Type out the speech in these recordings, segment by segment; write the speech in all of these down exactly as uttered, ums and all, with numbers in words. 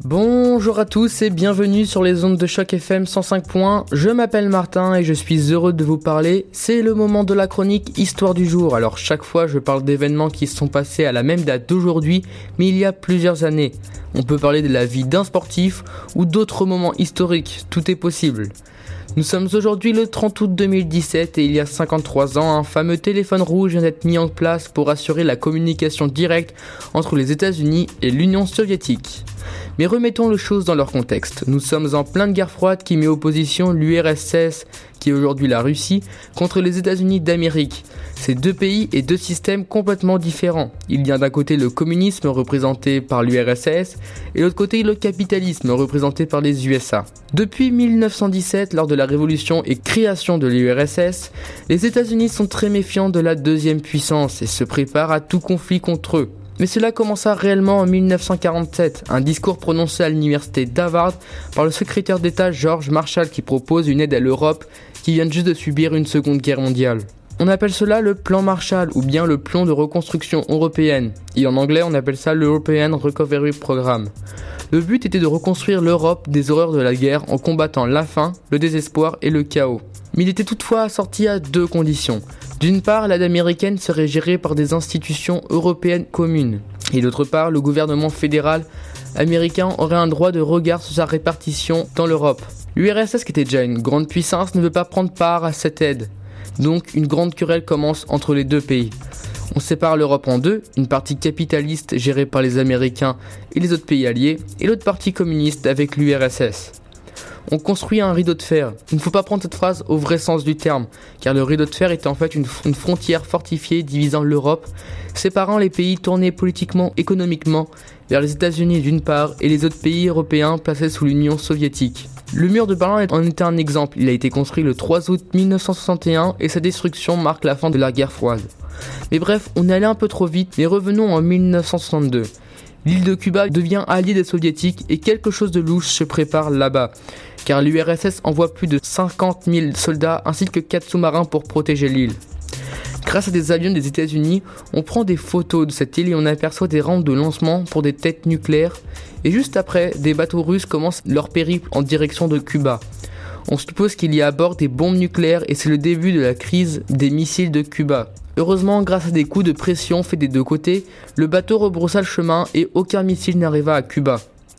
Bonjour à tous et bienvenue sur les ondes de Choc F M cent cinq points. Je m'appelle Martin et je suis heureux de vous parler. C'est le moment de la chronique Histoire du jour. Alors chaque fois je parle d'événements qui se sont passés à la même date d'aujourd'hui, mais il y a plusieurs années. On peut parler de la vie d'un sportif ou d'autres moments historiques, tout est possible. Nous sommes aujourd'hui le trente août deux mille dix-sept et il y a cinquante-trois ans, un fameux téléphone rouge vient d'être mis en place pour assurer la communication directe entre les États-Unis et l'Union soviétique. Mais remettons les choses dans leur contexte. Nous sommes en pleine guerre froide qui met en opposition l'U R S S, qui est aujourd'hui la Russie, contre les États-Unis d'Amérique. Ces deux pays et deux systèmes complètement différents. Il y a d'un côté le communisme représenté par l'U R S S et de l'autre côté le capitalisme représenté par les U S A. Depuis mille neuf cent dix-sept, lors de la révolution et création de l'U R S S, les États-Unis sont très méfiants de la deuxième puissance et se préparent à tout conflit contre eux. Mais cela commença réellement en mille neuf cent quarante-sept, un discours prononcé à l'université d'Harvard par le secrétaire d'État George Marshall qui propose une aide à l'Europe qui vient juste de subir une seconde guerre mondiale. On appelle cela le plan Marshall ou bien le plan de reconstruction européenne, et en anglais on appelle ça l'European Recovery Program. Le but était de reconstruire l'Europe des horreurs de la guerre en combattant la faim, le désespoir et le chaos. Mais il était toutefois assorti à deux conditions. D'une part, l'aide américaine serait gérée par des institutions européennes communes. Et d'autre part, le gouvernement fédéral américain aurait un droit de regard sur sa répartition dans l'Europe. L'U R S S, qui était déjà une grande puissance, ne veut pas prendre part à cette aide. Donc une grande querelle commence entre les deux pays. On sépare l'Europe en deux, une partie capitaliste gérée par les Américains et les autres pays alliés, et l'autre partie communiste avec l'U R S S. On construit un rideau de fer. Il ne faut pas prendre cette phrase au vrai sens du terme, car le rideau de fer était en fait une, une frontière fortifiée divisant l'Europe, séparant les pays tournés politiquement, économiquement, vers les États-Unis d'une part et les autres pays européens placés sous l'Union soviétique. Le mur de Berlin en était un exemple. Il a été construit le trois août mille neuf cent soixante et un et sa destruction marque la fin de la guerre froide. Mais bref, on est allé un peu trop vite, mais revenons en mille neuf cent soixante-deux. L'île de Cuba devient alliée des soviétiques et quelque chose de louche se prépare là-bas, car l'U R S S envoie plus de cinquante mille soldats ainsi que quatre sous-marins pour protéger l'île. Grâce à des avions des États-Unis, on prend des photos de cette île et on aperçoit des rampes de lancement pour des têtes nucléaires, et juste après, des bateaux russes commencent leur périple en direction de Cuba. On suppose qu'il y a à bord des bombes nucléaires et c'est le début de la crise des missiles de Cuba. Heureusement, grâce à des coups de pression faits des deux côtés, le bateau rebroussa le chemin et aucun missile n'arriva à Cuba.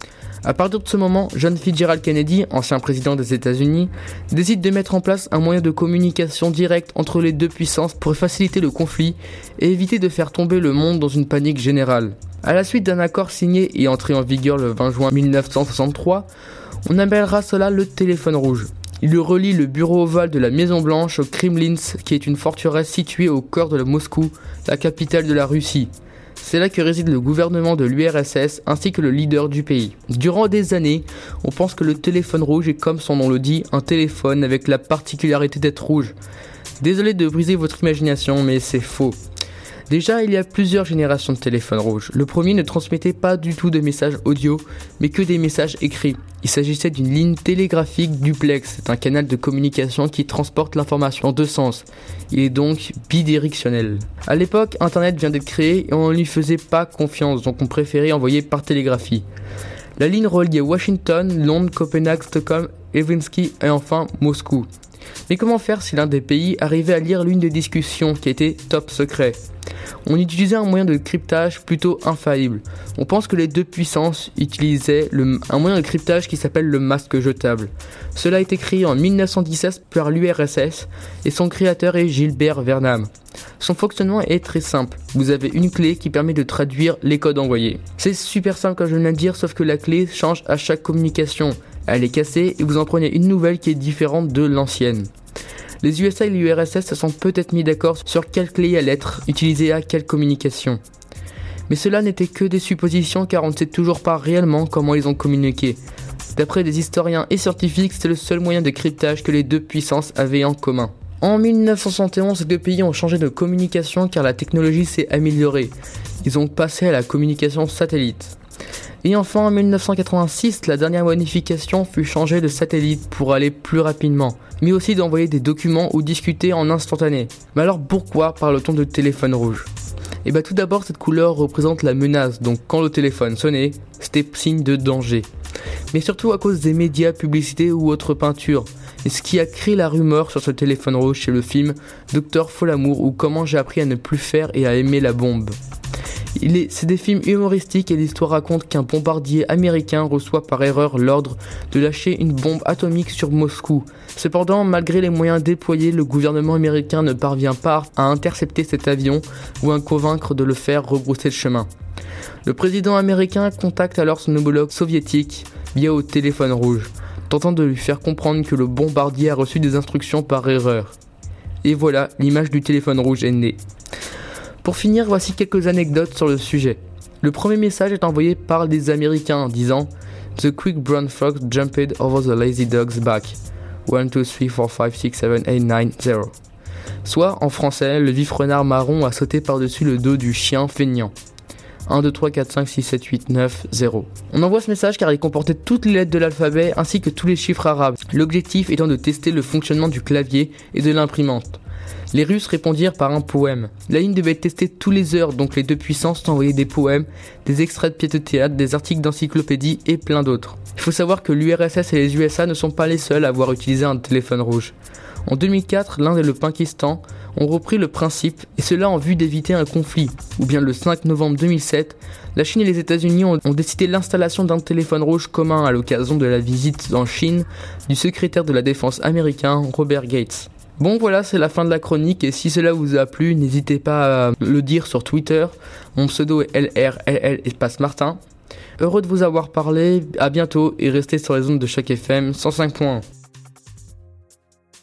À partir de ce moment, John Fitzgerald Kennedy, ancien président des États-Unis, décide de mettre en place un moyen de communication directe entre les deux puissances pour faciliter le conflit et éviter de faire tomber le monde dans une panique générale. À la suite d'un accord signé et entré en vigueur le vingt juin mille neuf cent soixante-trois, on appellera cela le téléphone rouge. Il relie le bureau ovale de la Maison Blanche au Kremlin, qui est une forteresse située au cœur de Moscou, la capitale de la Russie. C'est là que réside le gouvernement de l'U R S S ainsi que le leader du pays. Durant des années, on pense que le téléphone rouge est, comme son nom le dit, un téléphone avec la particularité d'être rouge. Désolé de briser votre imagination, mais c'est faux. Déjà, il y a plusieurs générations de téléphones rouges. Le premier ne transmettait pas du tout de messages audio, mais que des messages écrits. Il s'agissait d'une ligne télégraphique duplex. C'est un canal de communication qui transporte l'information en deux sens. Il est donc bidirectionnel. À l'époque, Internet vient d'être créé et on ne lui faisait pas confiance, donc on préférait envoyer par télégraphie. La ligne reliait Washington, Londres, Copenhague, Stockholm, Helsinki et enfin Moscou. Mais comment faire si l'un des pays arrivait à lire l'une des discussions qui était top secret ? On utilisait un moyen de cryptage plutôt infaillible. On pense que les deux puissances utilisaient le, un moyen de cryptage qui s'appelle le masque jetable. Cela a été créé en mille neuf cent dix-sept par l'U R S S et son créateur est Gilbert Vernam. Son fonctionnement est très simple. Vous avez une clé qui permet de traduire les codes envoyés. C'est super simple comme je viens de dire, sauf que la clé change à chaque communication. Elle est cassée et vous en prenez une nouvelle qui est différente de l'ancienne. Les U S A et l'U R S S se sont peut-être mis d'accord sur quelle clé allait être utilisée à quelle communication. Mais cela n'était que des suppositions car on ne sait toujours pas réellement comment ils ont communiqué. D'après des historiens et scientifiques, c'est le seul moyen de cryptage que les deux puissances avaient en commun. En mille neuf cent soixante et onze, ces deux pays ont changé de communication car la technologie s'est améliorée. Ils ont passé à la communication satellite. Et enfin, en mille neuf cent quatre-vingt-six, la dernière modification fut changer de satellite pour aller plus rapidement, mais aussi d'envoyer des documents ou discuter en instantané. Mais alors pourquoi parle-t-on de téléphone rouge ? Et bah tout d'abord, cette couleur représente la menace, donc quand le téléphone sonnait, c'était signe de danger. Mais surtout à cause des médias, publicités ou autres peintures. Et ce qui a créé la rumeur sur ce téléphone rouge, c'est le film Docteur Folamour ou Comment j'ai appris à ne plus faire et à aimer la bombe. Il est, c'est des films humoristiques et l'histoire raconte qu'un bombardier américain reçoit par erreur l'ordre de lâcher une bombe atomique sur Moscou. Cependant, malgré les moyens déployés, le gouvernement américain ne parvient pas à intercepter cet avion ou à convaincre de le faire rebrousser le chemin. Le président américain contacte alors son homologue soviétique via au téléphone rouge, tentant de lui faire comprendre que le bombardier a reçu des instructions par erreur. Et voilà, l'image du téléphone rouge est née. Pour finir, voici quelques anecdotes sur le sujet. Le premier message est envoyé par des Américains disant « The quick brown fox jumped over the lazy dog's back. one, two, three, four, five, six, seven, eight, nine, zero. » Soit, en français, le vif renard marron a sauté par-dessus le dos du chien feignant. un, deux, trois, quatre, cinq, six, sept, huit, neuf, zéro. On envoie ce message car il comportait toutes les lettres de l'alphabet ainsi que tous les chiffres arabes. L'objectif étant de tester le fonctionnement du clavier et de l'imprimante. Les Russes répondirent par un poème. La ligne devait être testée tous les heures, donc les deux puissances envoyaient des poèmes, des extraits de pièces de théâtre, des articles d'encyclopédie et plein d'autres. Il faut savoir que l'U R S S et les U S A ne sont pas les seuls à avoir utilisé un téléphone rouge. En deux mille quatre, l'Inde et le Pakistan ont repris le principe, et cela en vue d'éviter un conflit. Ou bien le cinq novembre deux mille sept, la Chine et les États-Unis ont, ont décidé l'installation d'un téléphone rouge commun à l'occasion de la visite en Chine du secrétaire de la défense américain Robert Gates. Bon voilà, c'est la fin de la chronique et si cela vous a plu, n'hésitez pas à le dire sur Twitter. Mon pseudo est L R L L espace Martin. Heureux de vous avoir parlé, à bientôt et restez sur les ondes de Choc F M cent cinq point un.